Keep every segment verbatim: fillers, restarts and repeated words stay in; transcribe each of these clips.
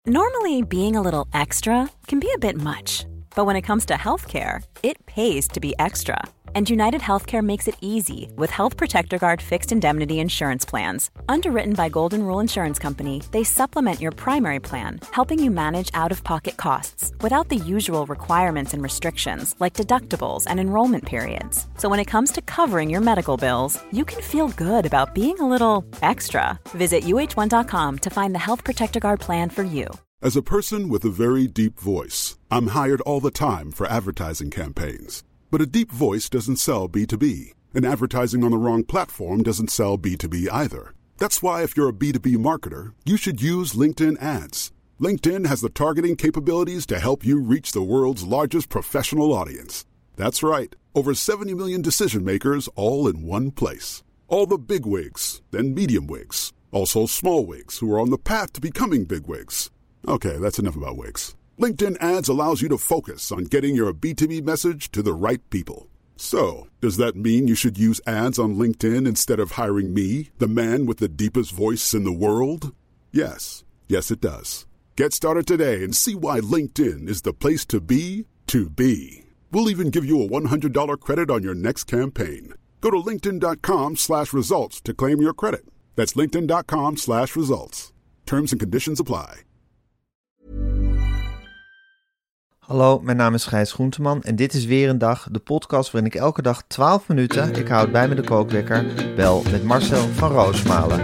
Normally, being a little extra can be a bit much, but when it comes to healthcare, it pays to be extra. And United Healthcare makes it easy with Health Protector Guard fixed indemnity insurance plans. Underwritten by Golden Rule Insurance Company, they supplement your primary plan, helping you manage out-of-pocket costs without the usual requirements and restrictions like deductibles and enrollment periods. So when it comes to covering your medical bills, you can feel good about being a little extra. Visit U H one dot com to find the Health Protector Guard plan for you. As a person with a very deep voice, I'm hired all the time for advertising campaigns. But a deep voice doesn't sell B two B, and advertising on the wrong platform doesn't sell B two B either. That's why if you're a B two B marketer, you should use LinkedIn ads. LinkedIn has the targeting capabilities to help you reach the world's largest professional audience. That's right, over seventy million decision makers all in one place. All the big wigs, then medium wigs, also small wigs who are on the path to becoming big wigs. Okay, that's enough about wigs. LinkedIn ads allows you to focus on getting your B two B message to the right people. So, does that mean you should use ads on LinkedIn instead of hiring me, the man with the deepest voice in the world? Yes. Yes, it does. Get started today and see why LinkedIn is the place to be to be. We'll even give you a one hundred dollars credit on your next campaign. Go to linkedin.com slash results to claim your credit. That's linkedin.com slash results. Terms and conditions apply. Hallo, mijn naam is Gijs Groenteman en dit is weer een dag, de podcast waarin ik elke dag twaalf minuten, ik houd bij me de kookwekker, bel met Marcel van Roosmalen.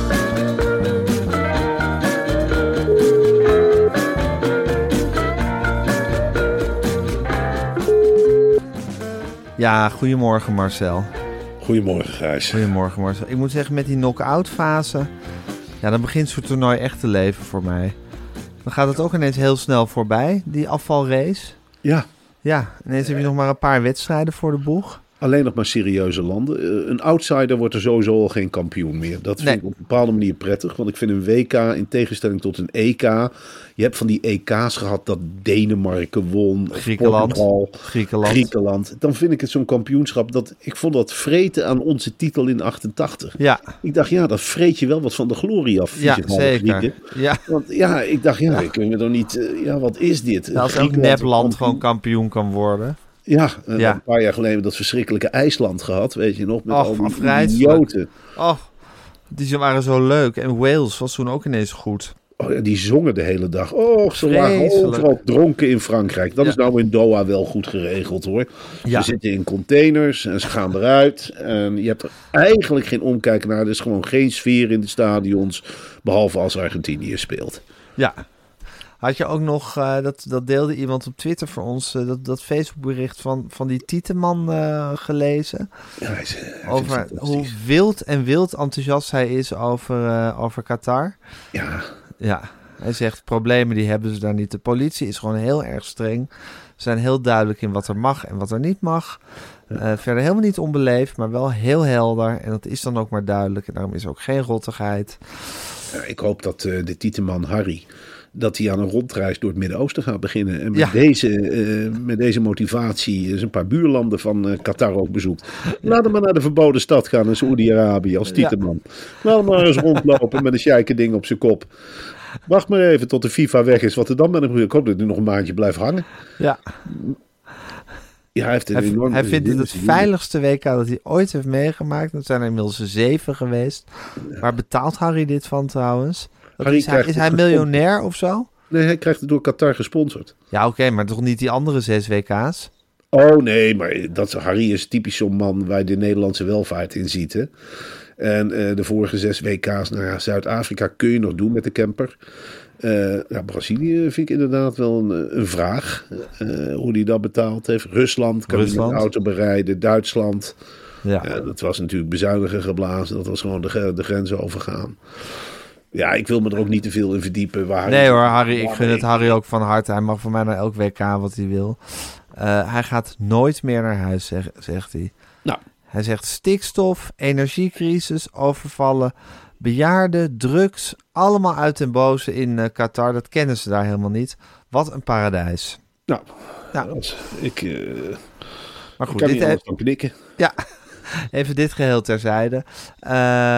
Ja, goedemorgen Marcel. Goedemorgen Gijs. Goedemorgen Marcel. Ik moet zeggen, met die knock-out fase, ja, dan begint zo'n toernooi echt te leven voor mij. Dan gaat het ook ineens heel snel voorbij, die afvalrace. Ja. Ja, ineens heb je nog maar een paar wedstrijden voor de boeg. Alleen nog maar serieuze landen. Een outsider wordt er sowieso al geen kampioen meer. Dat vind Nee. ik op een bepaalde manier prettig. Want ik vind een W K in tegenstelling tot een E K. Je hebt van die E K's gehad dat Denemarken won. Of Griekenland. Portugal, Griekenland. Griekenland. Dan vind ik het zo'n kampioenschap. Dat, ik vond dat vreten aan onze titel in achtentachtig. Ja. Ik dacht, ja, dat vreet je wel wat van de glorie af. Ja, vieze zeker. Grieken. Ja. Want ja, ik dacht, ja, ik kun je toch niet... uh, ja, wat is dit? Ja, als elk Griekenland nepland kampioen. gewoon kampioen kan worden. Ja, en Ja. een paar jaar geleden dat verschrikkelijke IJsland gehad, weet je nog, met Och, al die afgrijselijk. idioten. Oh, die waren zo leuk. En Wales was toen ook ineens goed. Oh ja, die zongen de hele dag. Oh, ze lagen Vreselijk. overal dronken in Frankrijk. Dat Ja. is nou in Doha wel goed geregeld hoor. Ja. Ze zitten in containers en ze gaan eruit. En je hebt er eigenlijk geen omkijken naar. Er is gewoon geen sfeer in de stadions, behalve als Argentinië speelt. Ja. Had je ook nog, uh, dat, dat deelde iemand op Twitter voor ons, uh, dat, dat Facebookbericht van, van die Tieteman uh, gelezen. Ja, hij is, hij vindt Over het hoe fantastisch. wild en wild enthousiast hij is over, uh, over Qatar. Ja, Ja, hij zegt, problemen die hebben ze daar niet. De politie is gewoon heel erg streng. Ze zijn heel duidelijk in wat er mag en wat er niet mag. Uh, verder helemaal niet onbeleefd, maar wel heel helder. En dat is dan ook maar duidelijk. En daarom is er ook geen rottigheid. ja, ik hoop dat uh, de Tieteman Harry... dat hij aan een rondreis door het Midden-Oosten gaat beginnen. En met, Ja. deze, uh, met deze motivatie eens een paar buurlanden van uh, Qatar ook bezoekt. Laat hem maar naar de verboden stad gaan in Saoedi-Arabië als Tieteman. Laat hem maar eens rondlopen met een sheikending op zijn kop. Wacht maar even tot de FIFA weg is. Wat er dan met hem gebeurt. Ik hoop dat hij nog een maandje blijft hangen. Ja, Ja, hij heeft een hij, enorm... hij vindt dit het veiligste W K dat hij ooit heeft meegemaakt. Dat zijn er inmiddels er zeven geweest. Waar betaalt Harry dit van trouwens? Dat Harry is hij, krijgt is het hij gesponsord. miljonair of zo? Nee, hij krijgt het door Qatar gesponsord. Ja, oké, maar toch niet die andere zes W K's? Oh nee, maar dat, Harry is typisch zo'n man waar je de Nederlandse welvaart in ziet. Hè? En uh, de vorige zes W K's naar nou, Zuid-Afrika kun je nog doen met de camper. Uh, ja, Brazilië vind ik inderdaad wel een, een vraag. Uh, hoe die dat betaald heeft. Rusland kan Rusland. je met de auto bereiden. Duitsland. Ja. Ja, dat was natuurlijk bezuinigen geblazen. Dat was gewoon de, de grens overgaan. Ja, ik wil me er ook niet te veel in verdiepen. Waar Nee hoor, Harry, ik gun het Harry ook van harte. Hij mag van mij naar elk W K wat hij wil. Uh, hij gaat nooit meer naar huis, zeg, zegt hij. Nou. Hij zegt stikstof, energiecrisis, overvallen, bejaarden, drugs, allemaal uit den boze in uh, Qatar. Dat kennen ze daar helemaal niet. Wat een paradijs. Nou, Ja. als, ik, uh, Maar ik goed, kan dit niet anders heeft... dan knikken. Ja, Even dit geheel terzijde. Uh,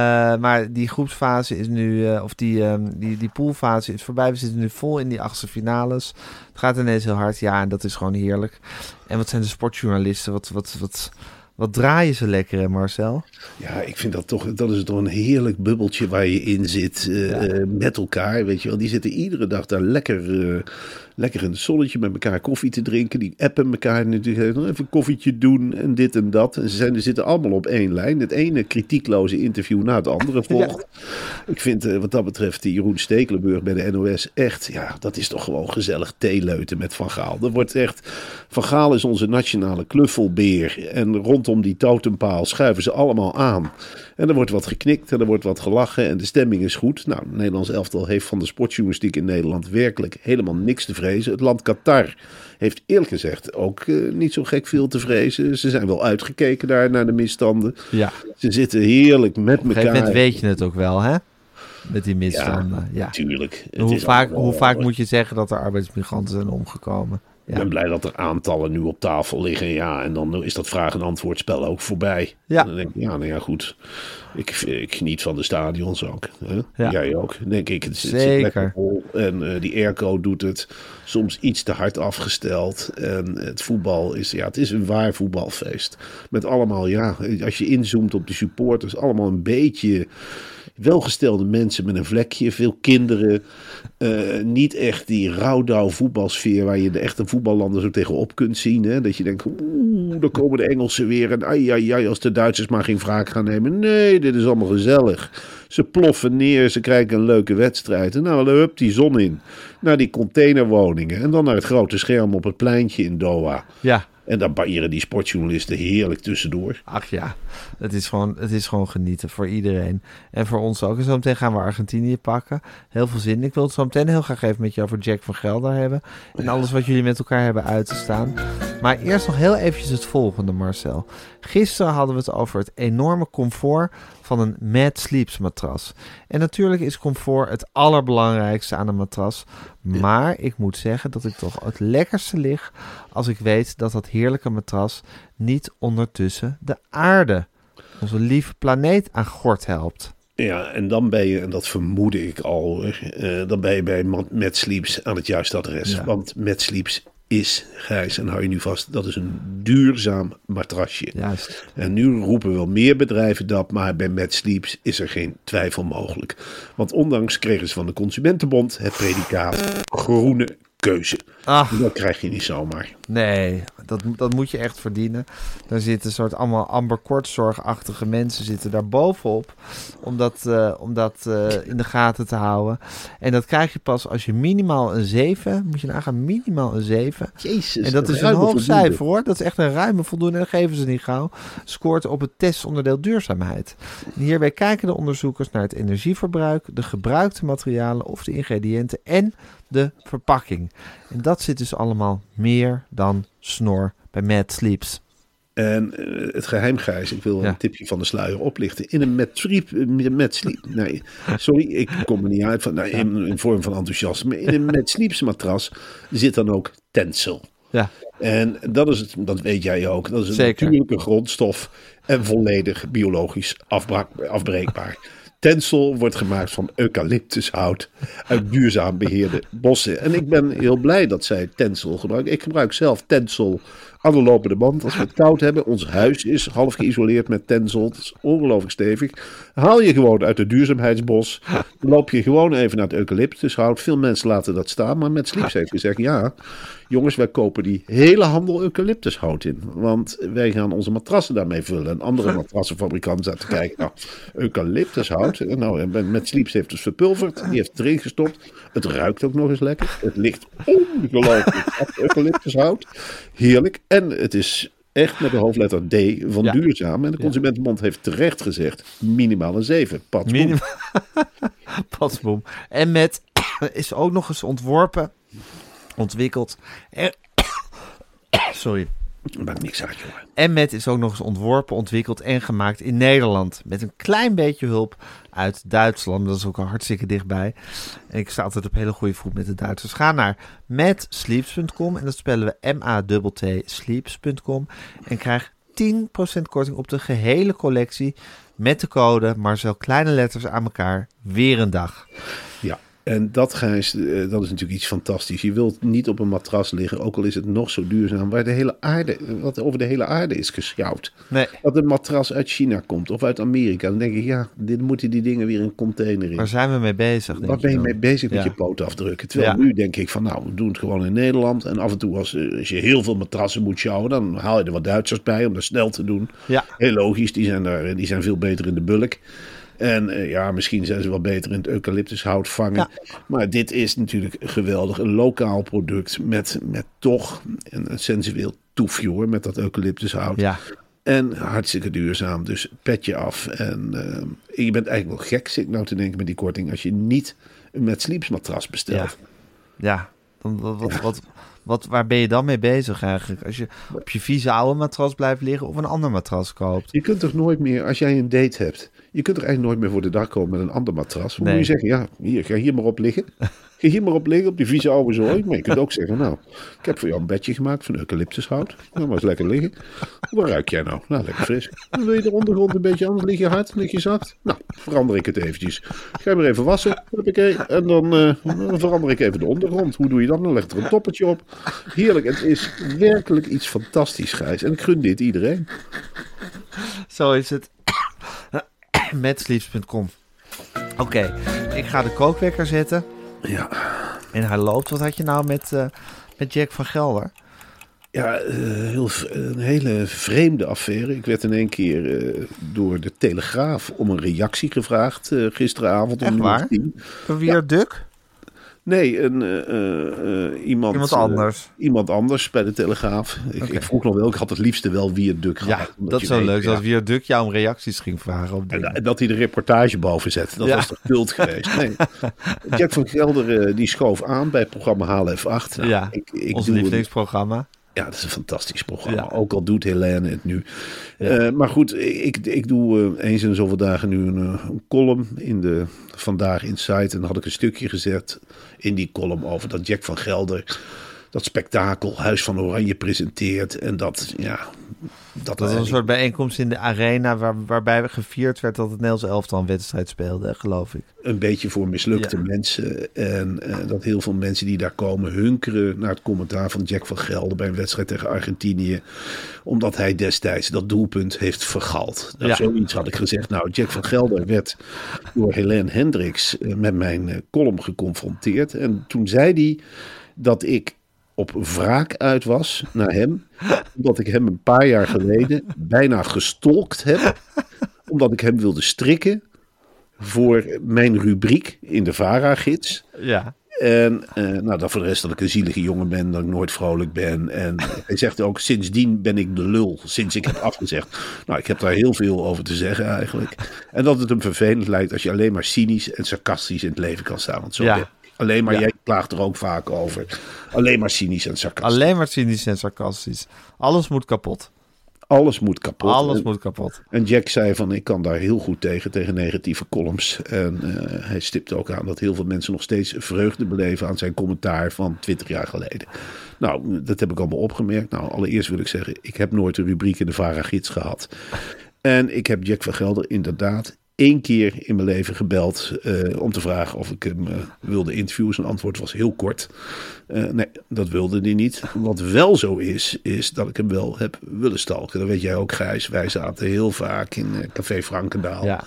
maar die groepsfase is nu, uh, of die, um, die, die poolfase is voorbij. We zitten nu vol in die achtste finales. Het gaat ineens heel hard, ja, en dat is gewoon heerlijk. En wat zijn de sportjournalisten, wat, wat, wat, wat draaien ze lekker, hè, Marcel? Ja, ik vind dat toch, dat is toch een heerlijk bubbeltje waar je in zit, uh, ja. uh, met elkaar, weet je wel. Die zitten iedere dag daar lekker... Uh, Lekker in het zonnetje met elkaar koffie te drinken. Die appen elkaar natuurlijk nog even een koffietje doen en dit en dat. En ze, zijn, ze zitten allemaal op één lijn. Het ene kritiekloze interview na het andere volgt. Ja. Ik vind uh, wat dat betreft die Jeroen Stekelenburg bij de N O S echt... Ja, dat is toch gewoon gezellig theeleuten met Van Gaal. Dat wordt echt... Van Gaal is onze nationale knuffelbeer. En rondom die totempaal schuiven ze allemaal aan. En er wordt wat geknikt en er wordt wat gelachen en de stemming is goed. Nou, het Nederlands elftal heeft van de sportjournalistiek in Nederland werkelijk helemaal niks te vrezen. Het land Qatar heeft eerlijk gezegd ook uh, niet zo gek veel te vrezen. Ze zijn wel uitgekeken daar naar de misstanden. Ja. Ze zitten heerlijk met elkaar. Op een gegeven moment weet je het ook wel, hè? Met die misstanden. Ja, ja. Natuurlijk. Hoe vaak, hoe vaak moet je zeggen dat er arbeidsmigranten zijn omgekomen? Ja. Ik ben blij dat er aantallen nu op tafel liggen. Ja, en dan is dat vraag- en antwoordspel ook voorbij. Ja. En dan denk ik, ja, nou ja, goed. Ik, ik geniet van de stadions ook. Hè? Ja. Jij ook, denk ik. Het, het Zeker. zit lekker vol. En uh, die airco doet het soms iets te hard afgesteld. En het voetbal is, ja, het is een waar voetbalfeest. Met allemaal, ja, als je inzoomt op de supporters, allemaal een beetje... welgestelde mensen met een vlekje, veel kinderen. Uh, niet echt die rouwdouw voetbalsfeer waar je de echte voetballanders ook tegenop kunt zien. Hè? Dat je denkt, oeh, dan komen de Engelsen weer. En ai, ai, ai, als de Duitsers maar geen wraak gaan nemen. Nee, dit is allemaal gezellig. Ze ploffen neer, ze krijgen een leuke wedstrijd. En nou, hup, die zon in. Naar die containerwoningen. En dan naar het grote scherm op het pleintje in Doha. Ja. En daar baaieren die sportjournalisten heerlijk tussendoor. Ach ja, het is, gewoon, het is gewoon genieten voor iedereen. En voor ons ook. En zo meteen gaan we Argentinië pakken. Heel veel zin. Ik wil het zo meteen heel graag even met je over Jack van Gelder hebben. En alles wat jullie met elkaar hebben uit te staan. Maar eerst nog heel eventjes het volgende, Marcel. Gisteren hadden we het over het enorme comfort van een Mad Sleeps matras. En natuurlijk is comfort het allerbelangrijkste aan een matras. Maar ik moet zeggen dat ik toch het lekkerste lig als ik weet dat dat heerlijke matras niet ondertussen de aarde, onze lieve planeet, aan gort helpt. Ja, en dan ben je, en dat vermoed ik al, uh, dan ben je bij Mad Sleeps aan het juiste adres. Ja. Want Mad Sleeps is, Gijs, en hou je nu vast, dat is een duurzaam matrasje. Juist. En nu roepen wel meer bedrijven dat, maar bij Mad Sleeps is er geen twijfel mogelijk. Want ondanks kregen ze van de Consumentenbond het predicaat groene keuze. Ach. Dat krijg je niet zomaar. Nee, dat, dat moet je echt verdienen. Daar zitten soort allemaal Amber Kortzorg-achtige mensen zitten daar bovenop. Om dat, uh, om dat uh, in de gaten te houden. En dat krijg je pas als je minimaal een zeven... Moet je nagaan, minimaal een zeven. Jezus. En dat is een hoog cijfer, hoor. Dat is echt een ruime voldoende. En dat geven ze niet gauw. Scoort op het testonderdeel duurzaamheid. En hierbij kijken de onderzoekers naar het energieverbruik, de gebruikte materialen of de ingrediënten en de verpakking. En dat zit dus allemaal meer dan snor bij Mad Sleeps. En uh, het geheim, Gijs, ik wil ja. een tipje van de sluier oplichten. In een Mad Sleep, Mad Sleep, nee, sorry, ik kom er niet uit van, nou, in een vorm van enthousiasme. In een Mad Sleeps matras zit dan ook Tencel. Ja. En dat is het, dat weet jij ook. Dat is een Zeker. natuurlijke grondstof en volledig biologisch afbraak, afbreekbaar. Tencel wordt gemaakt van eucalyptushout uit duurzaam beheerde bossen. En ik ben heel blij dat zij Tencel gebruiken. Ik gebruik zelf Tencel aan de lopende band als we het koud hebben. Ons huis is half geïsoleerd met Tencel. Het is ongelooflijk stevig. Haal je gewoon uit het duurzaamheidsbos. Dan loop je gewoon even naar het eucalyptushout. Veel mensen laten dat staan. Maar Mad Sleeps heeft gezegd, ja, jongens, wij kopen die hele handel eucalyptushout in. Want wij gaan onze matrassen daarmee vullen. En andere matrassenfabrikanten zaten te kijken. Nou, eucalyptushout. Nou, Mad Sleeps heeft dus verpulverd. Die heeft het erin gestopt. Het ruikt ook nog eens lekker. Het ligt ongelooflijk af eucalyptushout. Heerlijk. En het is echt met de hoofdletter D van ja. duurzaam. En de Consumentenbond heeft terecht gezegd minimaal een zeven. Patsboom. Minima- Patsboom. En met is ook nog eens ontworpen, ontwikkeld. En, sorry. Maakt niks uit, joh. En met is ook nog eens ontworpen, ontwikkeld en gemaakt in Nederland. Met een klein beetje hulp uit Duitsland. Dat is ook al hartstikke dichtbij. En ik sta altijd op hele goede voet met de Duitsers. Ga naar madsleeps punt com en dat spellen we M A T T sleeps punt com en krijg tien procent korting op de gehele collectie met de code Marcel kleine letters aan elkaar weer een dag. Ja. En dat, Gijs, dat is natuurlijk iets fantastisch. Je wilt niet op een matras liggen, ook al is het nog zo duurzaam, waar de hele aarde, wat over de hele aarde is gesjouwd. Nee. Dat een matras uit China komt of uit Amerika. Dan denk ik, ja, dit moeten die dingen weer in een container in. Waar zijn we mee bezig? Waar ben je dan? mee bezig met ja. je pootafdrukken? Terwijl Ja. nu denk ik van, nou, we doen het gewoon in Nederland. En af en toe als, als je heel veel matrassen moet sjouwen, dan haal je er wat Duitsers bij om dat snel te doen. Ja. Heel logisch, die zijn, daar, die zijn veel beter in de bulk. En uh, ja, misschien zijn ze wel beter in het eucalyptushout vangen. Ja. Maar dit is natuurlijk geweldig. Een lokaal product met, met toch een, een sensueel toefje hoor, met dat eucalyptushout. Ja. En hartstikke duurzaam. Dus petje af. En uh, je bent eigenlijk wel gek, zit ik nou te denken met die korting, als je niet een met sleepsmatras bestelt. Ja. Ja. Dan, wat, wat, wat, wat, waar ben je dan mee bezig eigenlijk? Als je op je vieze oude matras blijft liggen of een ander matras koopt. Je kunt toch nooit meer, als jij een date hebt, je kunt er eigenlijk nooit meer voor de dag komen met een ander matras. Hoe Nee. moet je zeggen, ja, hier, ga hier maar op liggen. Ga hier maar op liggen, op die vieze oude zooi. Maar je kunt ook zeggen, nou, ik heb voor jou een bedje gemaakt van eucalyptushout. Nou, maar eens lekker liggen. Hoe ruik jij nou? Nou, lekker fris. Dan wil je de ondergrond een beetje anders? Lig je hard? Lig je zacht? Nou, verander ik het eventjes. Ga je maar even wassen. Hoppakee. En dan, uh, dan verander ik even de ondergrond. Hoe doe je dat? Dan leg er een toppertje op. Heerlijk. Het is werkelijk iets fantastisch, Gijs. En ik gun dit iedereen. Zo is het. met sleeps punt com. Oké, okay, ik ga de kookwekker zetten. Ja. En hij loopt. Wat had je nou met, uh, met Jack van Gelder? Ja, uh, heel, een hele vreemde affaire. Ik werd in één keer uh, door de Telegraaf om een reactie gevraagd uh, gisteravond. Echt om waar? Van wie er Duk? Nee, een, uh, uh, iemand, iemand anders. Uh, iemand anders bij de Telegraaf. Ik, okay. ik vroeg nog wel, ik had het liefste wel wie het Duk gehad. Ja, dat is zo weet, leuk. Ja. Dat wie het Duk jou om reacties ging vragen. Op en, en dat hij de reportage boven zet. Dat ja. was toch kult geweest. Nee. Jack van Gelder uh, die schoof aan bij het programma H L F acht. Nou, ja, ik, ik ons lievelingsprogramma. Ja, dat is een fantastisch programma. Ja. Ook al doet Helene het nu. Ja. Uh, maar goed, ik, ik doe uh, eens in zoveel dagen nu een, een column in de Vandaag Insight. En dan had ik een stukje gezet in die column over dat Jack van Gelder dat spektakel Huis van Oranje presenteert. En dat, ja... Dat, dat was een soort bijeenkomst in de arena waar, waarbij gevierd werd dat het Nederlands elftal een wedstrijd speelde, geloof ik. Een beetje voor mislukte ja. mensen. En uh, dat heel veel mensen die daar komen hunkeren naar het commentaar van Jack van Gelder bij een wedstrijd tegen Argentinië. Omdat hij destijds dat doelpunt heeft vergald. Nou, ja. Zoiets had ik gezegd. Nou, Jack van Gelder werd door Helene Hendricks uh, met mijn uh, column geconfronteerd. En toen zei hij dat ik op wraak uit was naar hem, omdat ik hem een paar jaar geleden bijna gestalkt heb, omdat ik hem wilde strikken voor mijn rubriek in de VARA-gids. Ja. En uh, nou, dat voor de rest dat ik een zielige jongen ben, dat ik nooit vrolijk ben. En hij zegt ook, sindsdien ben ik de lul, sinds ik heb afgezegd. Nou, ik heb daar heel veel over te zeggen eigenlijk. En dat het hem vervelend lijkt als je alleen maar cynisch en sarcastisch in het leven kan staan. Want zo ja. ben Alleen maar, ja. Jij klaagt er ook vaak over. Alleen maar cynisch en sarcastisch. Alleen maar cynisch en sarcastisch. Alles moet kapot. Alles moet kapot. Alles en, moet kapot. En Jack zei van, ik kan daar heel goed tegen, tegen negatieve columns. En uh, hij stipte ook aan dat heel veel mensen nog steeds vreugde beleven aan zijn commentaar van twintig jaar geleden. Nou, dat heb ik allemaal opgemerkt. Nou, allereerst wil ik zeggen, ik heb nooit een rubriek in de VARA-gids gehad. En ik heb Jack van Gelder inderdaad één keer in mijn leven gebeld uh, om te vragen of ik hem uh, wilde interviewen. Zijn antwoord was heel kort. Uh, nee, dat wilde hij niet. Wat wel zo is, is dat ik hem wel heb willen stalken. Dat weet jij ook, Gijs. Wij zaten heel vaak in uh, Café Frankendaal. Ja.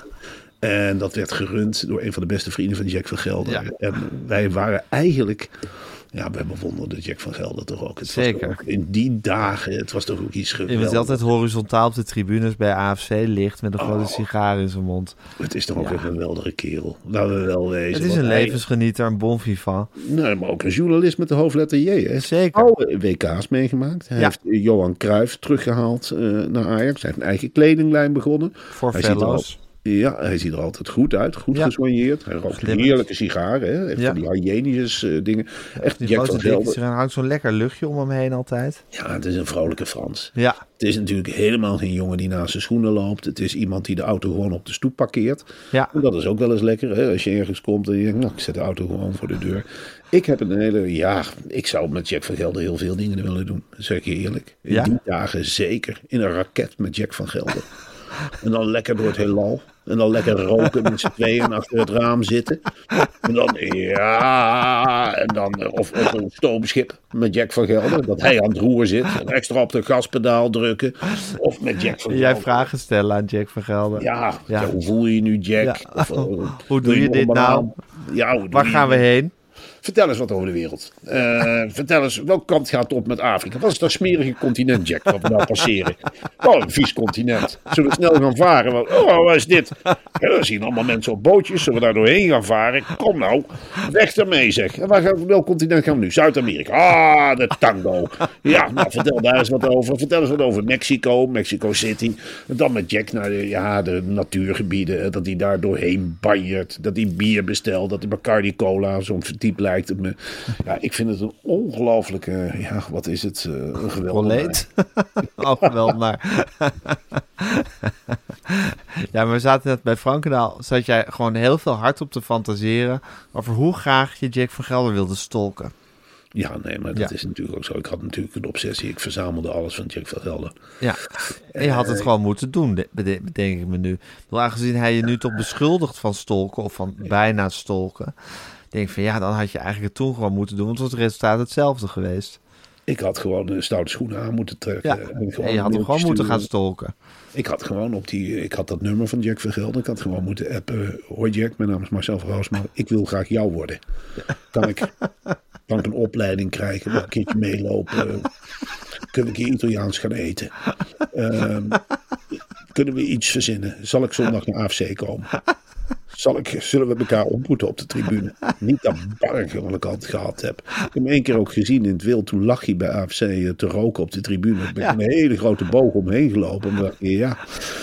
En dat werd gerund door een van de beste vrienden van Jack van Gelder. Ja. En wij waren eigenlijk... Ja, we bewonderden Jack van Gelder toch ook. Het Zeker. Was ook in die dagen, het was toch ook iets geweldigs. Je bent altijd horizontaal op de tribunes bij A F C ligt met een grote oh, sigaar in zijn mond. Het is toch ook ja. een geweldige kerel. Laten we wel wezen. Het is een hij... levensgenieter, een bon vivant. Nou, maar ook een journalist met de hoofdletter J. Hè. Zeker. Alle W K's meegemaakt. Hij ja. heeft Johan Cruijff teruggehaald uh, naar Ajax. Hij heeft een eigen kledinglijn begonnen. Voor fellows. Ja, hij ziet er altijd goed uit. Goed ja. gesoigneerd. Hij rookt een heerlijke sigaren. Hè? Echt ja. van die hygiënische uh, dingen. Ja, echt die Jack van Gelder. Er hangt zo'n lekker luchtje om hem heen altijd. Ja, het is een vrolijke Frans. Ja. Het is natuurlijk helemaal geen jongen die naast zijn schoenen loopt. Het is iemand die de auto gewoon op de stoep parkeert. Ja. En dat is ook wel eens lekker. Hè? Als je ergens komt en je denkt, nou, ik zet de auto gewoon voor de deur. Ik heb een hele, ja, ik zou met Jack van Gelder heel veel dingen willen doen. Dat zeg ik je eerlijk. In ja? die dagen zeker. In een raket met Jack van Gelder. En dan lekker door het heelal. En dan lekker roken met z'n tweeën achter het raam zitten. En dan, ja, en dan of op een stoomschip met Jack van Gelder. Dat hij aan het roer zit. En extra op de gaspedaal drukken. Of met Jack van Gelder. Jij vragen stellen aan Jack van Gelder. Ja, ja. ja hoe voel je je nu, Jack? Ja. Of, uh, hoe doe je dit nou? Ja, hoe Waar gaan we heen? Vertel eens wat over de wereld. Uh, vertel eens, welke kant gaat het op met Afrika? Wat is dat smerige continent, Jack, wat we nou passeren? Oh, een vies continent. Zullen we snel gaan varen? Want, oh, wat is dit? Ja, dan zien allemaal mensen op bootjes. Zullen we daar doorheen gaan varen? Kom nou, weg ermee zeg. En waar gaan, welk continent gaan we nu? Zuid-Amerika. Ah, de tango. Ja, nou, vertel daar eens wat over. Vertel eens wat over Mexico, Mexico City. En dan met Jack naar de, ja, de natuurgebieden. Dat hij daar doorheen banjert. Dat hij bier bestelt. Dat hij Bacardi Cola, zo'n type lijkt het me. Ja, ik vind het een ongelooflijke, ja, wat is het? Uh, een geweldenaar. Oh, geweldenaar. Ja, maar we zaten net bij Frankendaal. Zat jij gewoon heel veel hard op te fantaseren over hoe graag je Jack van Gelder wilde stalken. Ja, nee, maar dat ja. is natuurlijk ook zo. Ik had natuurlijk een obsessie. Ik verzamelde alles van Jack van Gelder. Ja, en je had het uh, gewoon moeten doen, bedenk ik me nu. Aangezien hij je nu toch beschuldigt van stalken of van nee. bijna stalken. Denk van ja, dan had je eigenlijk het toen gewoon moeten doen, want was het resultaat hetzelfde geweest. Ik had gewoon de stoute schoenen aan moeten trekken. Ja. En, en je had hem gewoon moeten gaan stalken. Ik had gewoon op die, ik had dat nummer van Jack van Gelder. Ik had gewoon moeten appen. Hoi Jack, mijn naam is Marcel van Roosmalen. Ik wil graag jou worden. Kan ik, kan ik een opleiding krijgen? Een keertje meelopen? Kunnen we een keer Italiaans gaan eten? Um, kunnen we iets verzinnen? Zal ik zondag naar A F C komen? Zal ik, zullen we elkaar ontmoeten op de tribune? Niet dat barge wat ik altijd gehad heb. Ik heb hem één keer ook gezien in het wild. Toen lag hij bij A F C te roken op de tribune. Ik ben ja. een hele grote boog omheen gelopen. En dacht ik, ja,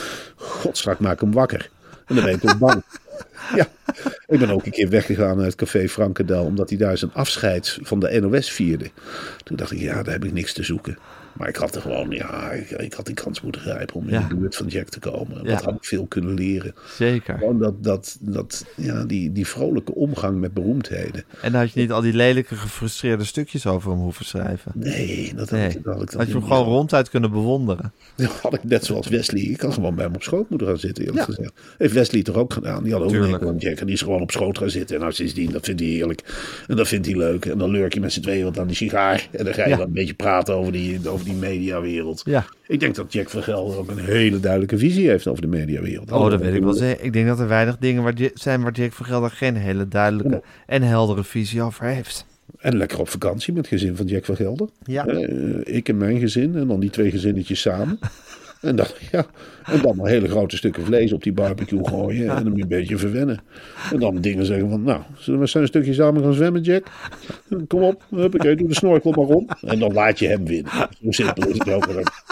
god, straks maak ik hem wakker. En dan ben ik ook bang. Ja, ik ben ook een keer weggegaan uit het café Frankendaal. Omdat hij daar zijn afscheid van de N O S vierde. Toen dacht ik, ja, daar heb ik niks te zoeken. Maar ik had er gewoon, ja, ik, ik had die kans moeten grijpen om in ja. de buurt van Jack te komen. Ja. Dat had ik veel kunnen leren. Zeker. Gewoon dat, dat, dat ja, die, die vrolijke omgang met beroemdheden. En dan had je niet al die lelijke, gefrustreerde stukjes over hem hoeven schrijven. Nee, dat nee. had, dat had ik dan had je hem gewoon ronduit kunnen bewonderen. Dat had ik net zoals Wesley. Ik kan gewoon bij hem op schoot moeten gaan zitten, eerlijk ja. gezegd. Heeft Wesley toch ook gedaan? Die had ook een hekel aan Jack. En die is gewoon op schoot gaan zitten. En nou, sindsdien, dat vindt hij heerlijk. En dat vindt hij leuk. En dan lurk je met z'n tweeën wat aan die sigaar. En dan ga je ja. dan een beetje praten over die, over die mediawereld. Ja. Ik denk dat Jack van Gelder ook een hele duidelijke visie heeft over de mediawereld. Oh, dat weet ik wel zeker. Ik denk dat er weinig dingen waar J- zijn waar Jack van Gelder geen hele duidelijke ja. en heldere visie over heeft. En lekker op vakantie met het gezin van Jack van Gelder. Ja. Uh, ik en mijn gezin en dan die twee gezinnetjes samen. En dan, ja, en dan maar hele grote stukken vlees op die barbecue gooien ja. en hem een beetje verwennen. En dan dingen zeggen van, nou, zullen we eens een stukje samen gaan zwemmen, Jack? Kom op, huppakee, doe de snorkel maar om. En dan laat je hem winnen. Zo simpel is het ook.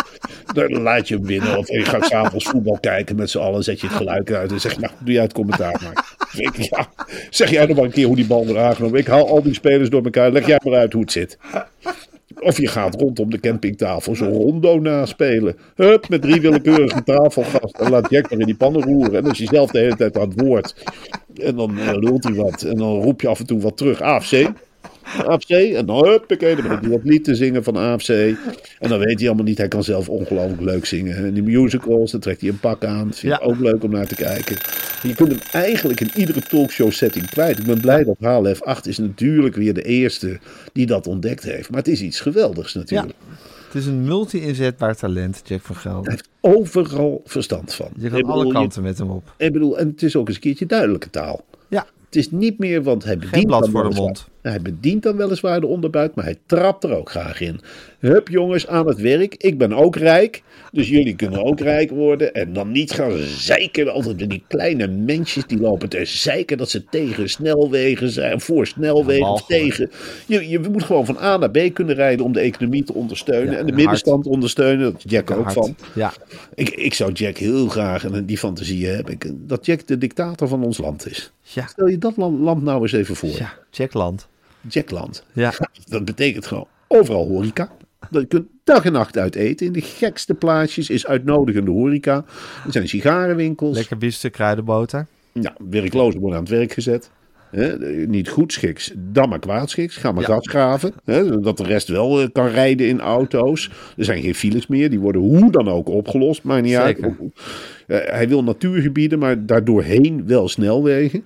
Dan laat je hem winnen. Of je gaat s'avonds voetbal kijken met z'n allen, zet je het geluid uit en zeg je, nou, doe jij het commentaar maar. Ja, zeg jij nog maar een keer hoe die bal wordt aangenomen. Ik haal al die spelers door elkaar, leg jij maar uit hoe het zit. Of je gaat rondom de campingtafel zo'n rondo naspelen. Hup, met drie willekeurige tafelgasten. En laat Jack maar in die pannen roeren. En dan is hij zelf de hele tijd aan het woord. En dan uh, lult hij wat. En dan roep je af en toe wat terug. A F C. A F C. En dan huppakee. Dan begint hij wat lied te zingen van A F C. En dan weet hij allemaal niet. Hij kan zelf ongelooflijk leuk zingen. En die musicals, dan trekt hij een pak aan. Dat vind ik ja. ook leuk om naar te kijken. Je kunt hem eigenlijk in iedere talkshow setting kwijt. Ik ben blij dat H L F acht is natuurlijk weer de eerste die dat ontdekt heeft. Maar het is iets geweldigs natuurlijk. Ja. Het is een multi-inzetbaar talent, Jack van Gelder. Hij heeft overal verstand van. Je gaat alle kanten je, met hem op. Ik bedoel, en het is ook eens een keertje duidelijke taal. Ja. Het is niet meer, want hij bedient... Geen blad voor de mond. Hij bedient dan weliswaar de onderbuik, maar hij trapt er ook graag in. Hup jongens, aan het werk. Ik ben ook rijk, dus jullie kunnen ook rijk worden. En dan niet gaan zeiken. Altijd die kleine mensjes die lopen te zeiken dat ze tegen snelwegen zijn. Voor snelwegen Ja, of tegen. Je, je moet gewoon van A naar B kunnen rijden om de economie te ondersteunen. Ja, en de en middenstand te ondersteunen. Dat is Jack ook Hard. van. Ja, Ik, ik zou Jack heel graag, en die fantasie heb ik, dat Jack de dictator van ons land is. ja, Stel je dat land, land nou eens even voor. ja. Jackland. Jackland. Ja. Dat betekent gewoon overal horeca. Dat je kunt dag en nacht uit eten. In de gekste plaatsjes is uitnodigende horeca. Er zijn sigarenwinkels. Lekker biefstuk, kruidenboter. Ja, werklozen worden aan het werk gezet. He, niet goed schiks, dan maar kwaad schiks. Ga maar Ja. gas graven. He, dat de rest wel uh, kan rijden in auto's. Er zijn geen files meer. Die worden hoe dan ook opgelost. Maar niet uit. Zeker. Uh, hij wil natuurgebieden, maar daardoorheen wel snelwegen.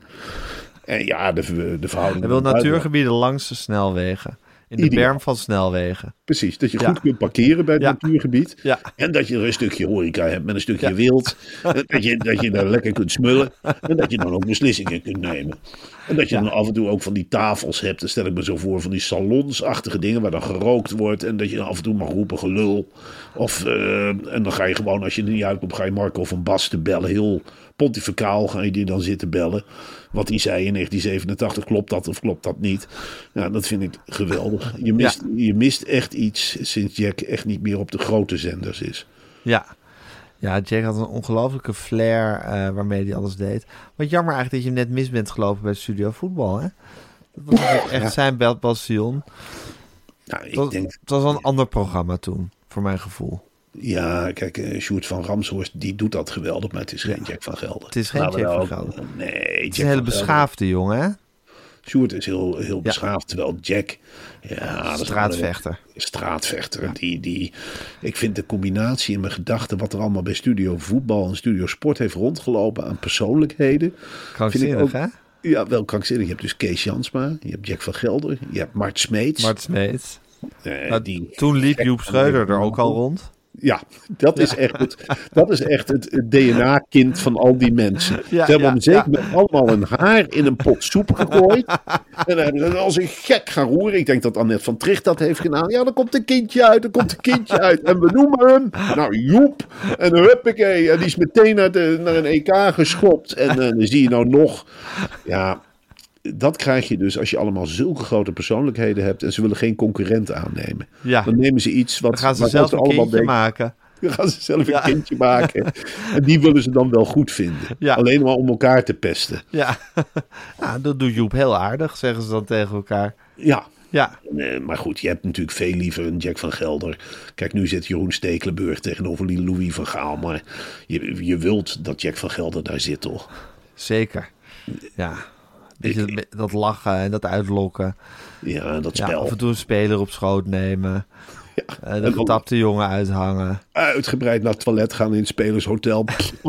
En ja, de, de verhouding... Hij wil natuurgebieden langs de snelwegen. In de Ideaal. berm van snelwegen. Precies, dat je Ja. goed kunt parkeren bij het Ja. natuurgebied. Ja. En dat je er een stukje horeca hebt met een stukje Ja. wild. En dat, je, dat je daar lekker kunt smullen. En dat je dan ook beslissingen kunt nemen. En dat je Ja. dan af en toe ook van die tafels hebt. Dan stel ik me zo voor van die salonsachtige dingen waar dan gerookt wordt. En dat je dan af en toe mag roepen gelul. Of, uh, en dan ga je gewoon, als je er niet uitkomt, ga je Marco van Basten bellen. Heel pontificaal ga je die dan zitten bellen. Wat hij zei in negentien zevenentachtig, klopt dat of klopt dat niet? Ja, dat vind ik geweldig. Je mist, Ja. je mist echt iets sinds Jack echt niet meer op de grote zenders is. Ja. Ja, Jack had een ongelofelijke flair uh, waarmee hij alles deed. Wat jammer eigenlijk dat je hem net mis bent gelopen bij Studio Voetbal, hè? Dat was echt Ja. zijn bastion. Nou, ik Het was, denk, het was wel een ander programma toen, voor mijn gevoel. ja, kijk, uh, Sjoerd van Ramshorst, die doet dat geweldig, maar het is geen Jack van Gelder. Het is geen Laten we Jack nou van ook- Gelder. Nee, Het Jack is een van hele Gelder. beschaafde jongen, hè? Sjoerd is heel, heel beschaafd, terwijl Jack... Ja, dat is Straatvechter. een straatvechter. Die, die, ik vind de combinatie in mijn gedachten... wat er allemaal bij Studio Voetbal en Studio Sport heeft rondgelopen... aan persoonlijkheden. Krankzinnig, vind ik hè? Ja, wel krankzinnig. Je hebt dus Kees Jansma, je hebt Jack van Gelder... je hebt Mart Smeets. Mart Smeets. eh, Nou, die, toen liep Joep Schreuder er ook al rond. Ja, dat is echt het, dat is echt het, het D N A-kind van al die mensen. Ja, ze hebben ja, hem zeker ja. met allemaal een haar in een pot soep gegooid. En dan hebben ze als een gek gaan roeren. Ik denk dat Annette van Tricht dat heeft gedaan. Ja, er komt een kindje uit, er komt een kindje uit. En we noemen hem, nou Joep. En huppakee, en die is meteen naar, de, naar een E K geschopt. En uh, dan zie je nou nog, ja... Dat krijg je dus als je allemaal zulke grote persoonlijkheden hebt en ze willen geen concurrent aannemen. Ja. Dan nemen ze iets wat... Dan gaan ze wat zelf een allemaal kindje denken. maken. Dan gaan ze zelf een Ja. kindje maken. En die willen ze dan wel goed vinden. Ja. Alleen maar om elkaar te pesten. Ja. Ja, dat doet Joep heel aardig, zeggen ze dan tegen elkaar. Ja. Ja, Nee, maar goed, je hebt natuurlijk veel liever een Jack van Gelder. Kijk, nu zit Jeroen Stekelenburg tegenover Louis van Gaal. Maar je, je wilt dat Jack van Gelder daar zit, toch? zeker. Ja. Weet je, dat, dat lachen en dat uitlokken. Ja, dat Ja, spel. af en toe een speler op schoot nemen. Ja. Uh, En de dan getapte jongen uithangen. uitgebreid naar het toilet gaan in het spelershotel.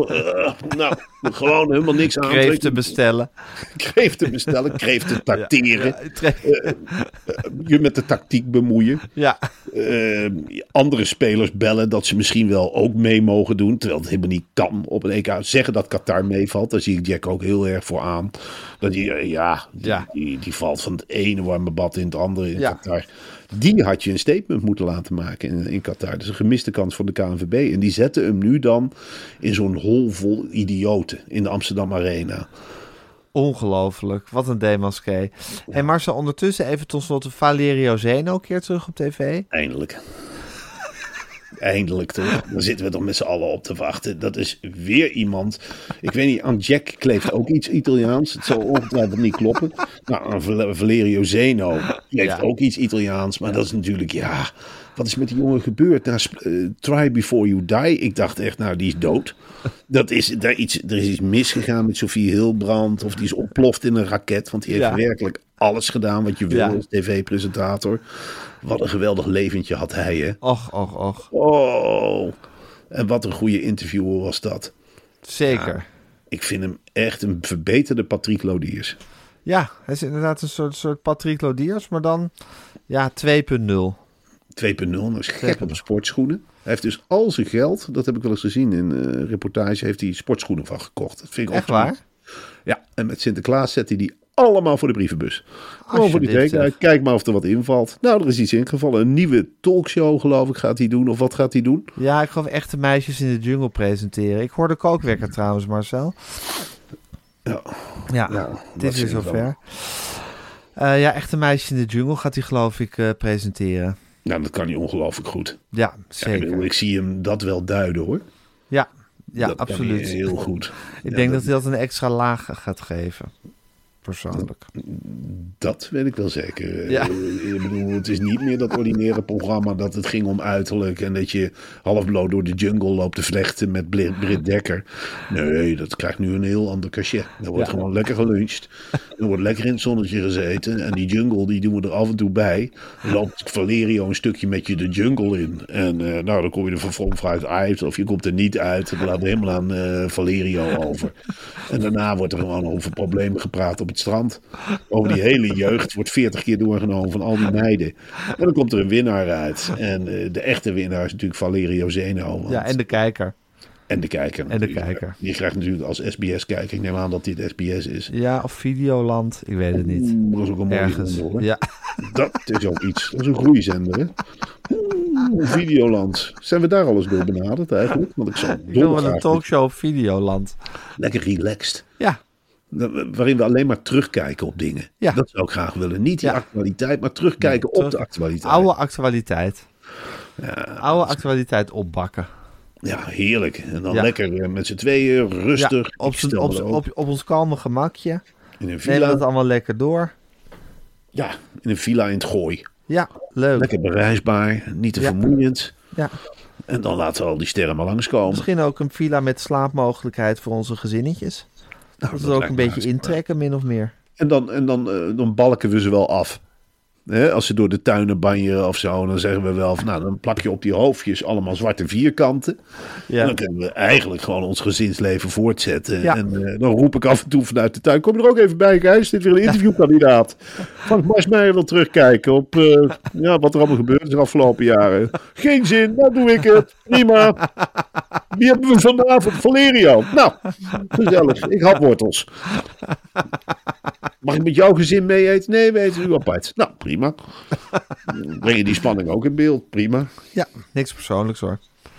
Nou, gewoon helemaal niks aan. Kreeften bestellen. Kreeften bestellen, kreeften tacteren. Ja, tre- Je met de tactiek bemoeien. ja. Uh, andere spelers bellen dat ze misschien wel ook mee mogen doen. Terwijl het helemaal niet kan op een E K. Zeggen dat Qatar meevalt. Daar zie ik Jack ook heel erg voor aan. Dat die, uh, ja, die, Ja. Die, die valt van het ene warme bad in het andere in Ja. Qatar. Die had je een statement moeten laten maken in, in Qatar. Dat is een gemiste kans voor de K N V B. En die zetten hem nu dan in zo'n hol vol idioten in de Amsterdam Arena. Ongelooflijk. Wat een demasqué. En Marcel, ondertussen even tot slot Valerio Zeno keer terug op tv. Eindelijk. Eindelijk toch. Dan zitten we toch met z'n allen op te wachten. Dat is weer iemand. Ik weet niet, aan Jack kleeft ook iets Italiaans. Het zal ongetwijfeld niet kloppen. Nou, aan Val- Valerio Zeno kleeft Ja. ook iets Italiaans. Maar dat is natuurlijk, ja... Wat is met die jongen gebeurd? Nou, sp- uh, try before you die. Ik dacht echt, nou, die is dood. Dat is, daar iets, er is iets misgegaan met Sofie Hilbrand. Of die is ontploft in een raket. Want die heeft Ja. werkelijk alles gedaan wat je wil Ja. als tv-presentator. Wat een geweldig leventje had hij, hè? Och, och, och. Oh, en wat een goede interviewer was dat. Zeker. Ik vind hem echt een verbeterde Patrick Lodiers. Ja, hij is inderdaad een soort, soort Patrick Lodiers, maar dan ja, twee punt nul. twee punt nul, nou is gek op sportschoenen. Hij heeft dus al zijn geld, dat heb ik wel eens gezien in een reportage, heeft hij sportschoenen van gekocht. Dat vind ik Echt ook zo. waar? Ja, en met Sinterklaas zet hij die allemaal voor de brievenbus. Gewoon voor die zekerheid. Kijk maar of er wat invalt. Nou, er is iets ingevallen. Een nieuwe talkshow, geloof ik, gaat hij doen. Of wat gaat hij doen? Ja, ik geloof Echte Meisjes in de Jungle presenteren. Ik hoor de kookwekker trouwens, Marcel. Ja, Ja, ja het is weer zover. Uh, ja, Echte Meisjes in de Jungle gaat hij, geloof ik, uh, presenteren. Nou, dat kan hij ongelooflijk goed. Ja, zeker. Ja, ik, ik zie hem dat wel duiden, hoor. Ja, ja dat absoluut. Kan heel goed. Ik ja, denk dat... dat hij dat een extra laag gaat geven. Persoonlijk. Dat weet ik wel zeker. Ja. Ik bedoel, het is niet meer dat ordinaire programma dat het ging om uiterlijk en dat je halfbloot door de jungle loopt te vlechten met Britt Dekker. Nee, dat krijgt nu een heel ander cachet. Er wordt ja. gewoon lekker geluncht. Er wordt lekker in het zonnetje gezeten. En die jungle, die doen we er af en toe bij. Dan loopt Valerio een stukje met je de jungle in. En uh, nou, dan kom je er van vooruit uit. Of je komt er niet uit. Dan laat helemaal aan uh, Valerio over. En daarna wordt er gewoon over problemen gepraat op het strand. Over die hele jeugd wordt veertig keer doorgenomen van al die meiden. En dan komt er een winnaar uit. En uh, de echte winnaar is natuurlijk Valerio Zeno. Want... Ja, en de kijker. En de kijker. En de kijker. Die krijgt natuurlijk als S B S-kijker. Ik neem aan dat dit S B S is. Ja, of Videoland. Ik weet het niet. Oeh, dat is ook een mooie Ergens. zender, hoor. Ja. Dat is ook iets. Dat is een groeizender, hè? Oeh, Videoland. Zijn we daar al eens door benaderd eigenlijk? Want ik zou Ik wil wel een talkshow op Videoland. Lekker relaxed. Ja. Waarin we alleen maar terugkijken op dingen. Ja. Dat zou ik graag willen. Niet die ja. actualiteit, maar terugkijken nee, terug, op de actualiteit. Oude actualiteit. Ja, oude actualiteit opbakken. Ja, heerlijk. En dan ja. lekker met z'n tweeën, rustig. Ja, op, z'n, op, op, op ons kalme gemakje. In een villa. Nemen we het allemaal lekker door. Ja, in een villa in het Gooi. Ja, leuk. Lekker bereisbaar, niet te ja. Ja. vermoeiend. En dan laten we al die sterren maar langskomen. Misschien ook een villa met slaapmogelijkheid voor onze gezinnetjes. Nou, dat we ook een beetje intrekken, min of meer. En dan, en dan, uh, dan balken we ze wel af. He, als ze door de tuinen banjeren of zo, dan zeggen we wel van, nou, dan plak je op die hoofdjes allemaal zwarte vierkanten. Ja. En dan kunnen we eigenlijk gewoon ons gezinsleven voortzetten. Ja. En uh, dan roep ik af en toe vanuit de tuin, kom je er ook even bij, Gijs? Dit is weer een interviewkandidaat. Frank Marsmeijer wil terugkijken op uh, ja, wat er allemaal gebeurd is de afgelopen jaren. Geen zin, nou doe ik het. Prima. Wie hebben we vanavond? Valerio. Nou, gezellig. Ik had wortels. Mag ik met jouw gezin mee eten? Nee, we eten u apart. Nou, prima. Breng je die spanning ook in beeld? Prima. Ja, niks persoonlijks hoor.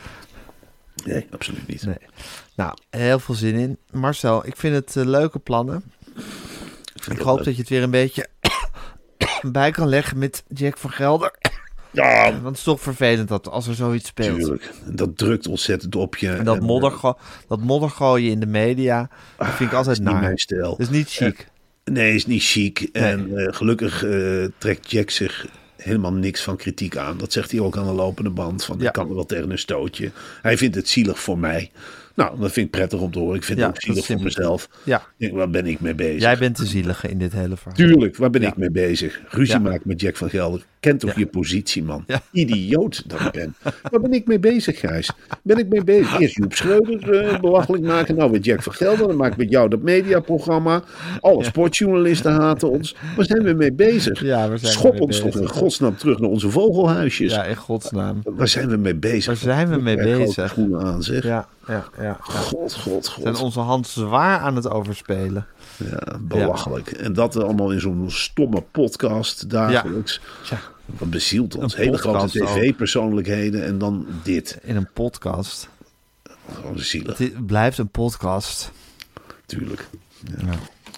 Nee, absoluut niet. Nee. Nou, heel veel zin in. Marcel, ik vind het uh, leuke plannen. Ik, ik hoop leuk. dat je het weer een beetje bij kan leggen met Jack van Gelder. Ja. Want het is toch vervelend dat als er zoiets speelt. Tuurlijk. Dat drukt ontzettend op je. En dat, en, modder, go- dat moddergooien in de media, dat vind ik altijd naar. Dat is niet mijn stijl. Dat is niet chic. En, nee, is niet chic. Nee. En uh, gelukkig uh, trekt Jack zich helemaal niks van kritiek aan. Dat zegt hij ook aan de lopende band. Van, ja. Ik kan er wel tegen een stootje. Hij vindt het zielig voor mij. Nou, dat vind ik prettig om te horen. Ik vind ja, het ook zielig voor mezelf. Ja. Ik denk, waar ben ik mee bezig? Jij bent de zielige in dit hele verhaal. Tuurlijk, waar ben ja. ik mee bezig? Ruzie ja. maken met Jack van Gelder. Kent toch ja. je positie, man? Ja. Idioot dat ik ben. Waar ben ik mee bezig, Gijs? Ben ik mee bezig? Eerst Joep Schreuder uh, belachelijk maken. Nou weer Jack van Gelder. Dan maak ik met jou dat mediaprogramma. Alle ja. sportjournalisten haten ons. Waar zijn we mee bezig? Ja, we zijn Schop ons toch in godsnaam terug naar onze vogelhuisjes. Ja, in godsnaam. Waar zijn we mee bezig? Waar zijn we mee bezig? Schoenen aan, zeg. Ja, ja, ja. ja. God, god, god. Zijn onze hand zwaar aan het overspelen. Ja, belachelijk. Ja. En dat allemaal in zo'n stomme podcast dagelijks. Ja. Dat bezielt ons. Hele grote tv-persoonlijkheden en dan dit. In een podcast. Gewoon zielig. Het blijft een podcast. Tuurlijk. Ja. Ja.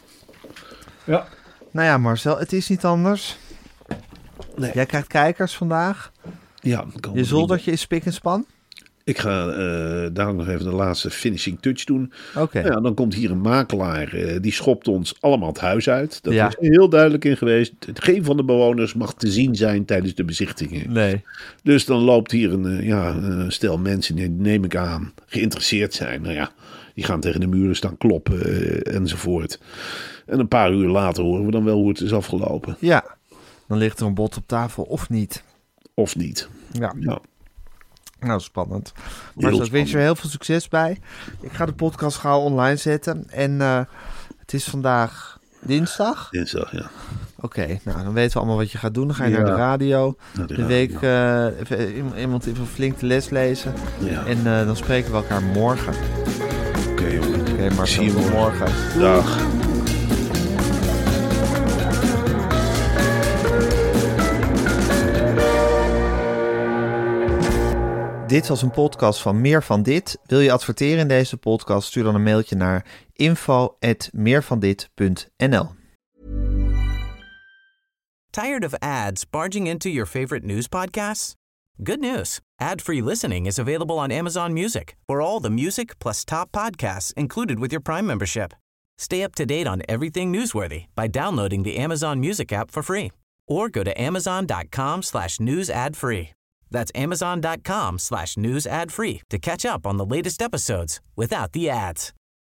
ja. Nou ja, Marcel, het is niet anders. Nee. Jij krijgt kijkers vandaag. Ja. Je zoldertje is spik en span. Ik ga uh, daar nog even de laatste finishing touch doen. Oké. Okay. Nou ja, dan komt hier een makelaar. Uh, die schopt ons allemaal het huis uit. Dat ja. is heel duidelijk in geweest. Geen van de bewoners mag te zien zijn tijdens de bezichtigingen. Nee. Dus dan loopt hier een uh, ja, een stel mensen, die neem ik aan, geïnteresseerd zijn. Nou ja, die gaan tegen de muren staan kloppen uh, enzovoort. En een paar uur later horen we dan wel hoe het is afgelopen. Ja, dan ligt er een bod op tafel of niet. Of niet. Ja. ja. Nou, spannend. Maar ik wens je er heel veel succes bij. Ik ga de podcast gauw online zetten. En uh, het is vandaag dinsdag? Dinsdag, ja. Oké, okay, nou dan weten we allemaal wat je gaat doen. Dan ga je ja. naar de radio. Naar de, de radio. week uh, even, iemand even flink de les lezen. Ja. En uh, dan spreken we elkaar morgen. Oké, okay, jongen. Oké, okay, maar zie je morgen. Dag. Dit was een podcast van Meer van Dit. Wil je adverteren in deze podcast? Stuur dan een mailtje naar info at meervandit punt n l. Tired of ads barging into your favorite news podcasts? Good news. Ad-free listening is available on Amazon Music for all the music plus top podcasts included with your Prime membership. Stay up to date on everything newsworthy by downloading the Amazon Music app for free or go to amazon.com slash news ad free. That's amazon.com slash news ad free to catch up on the latest episodes without the ads.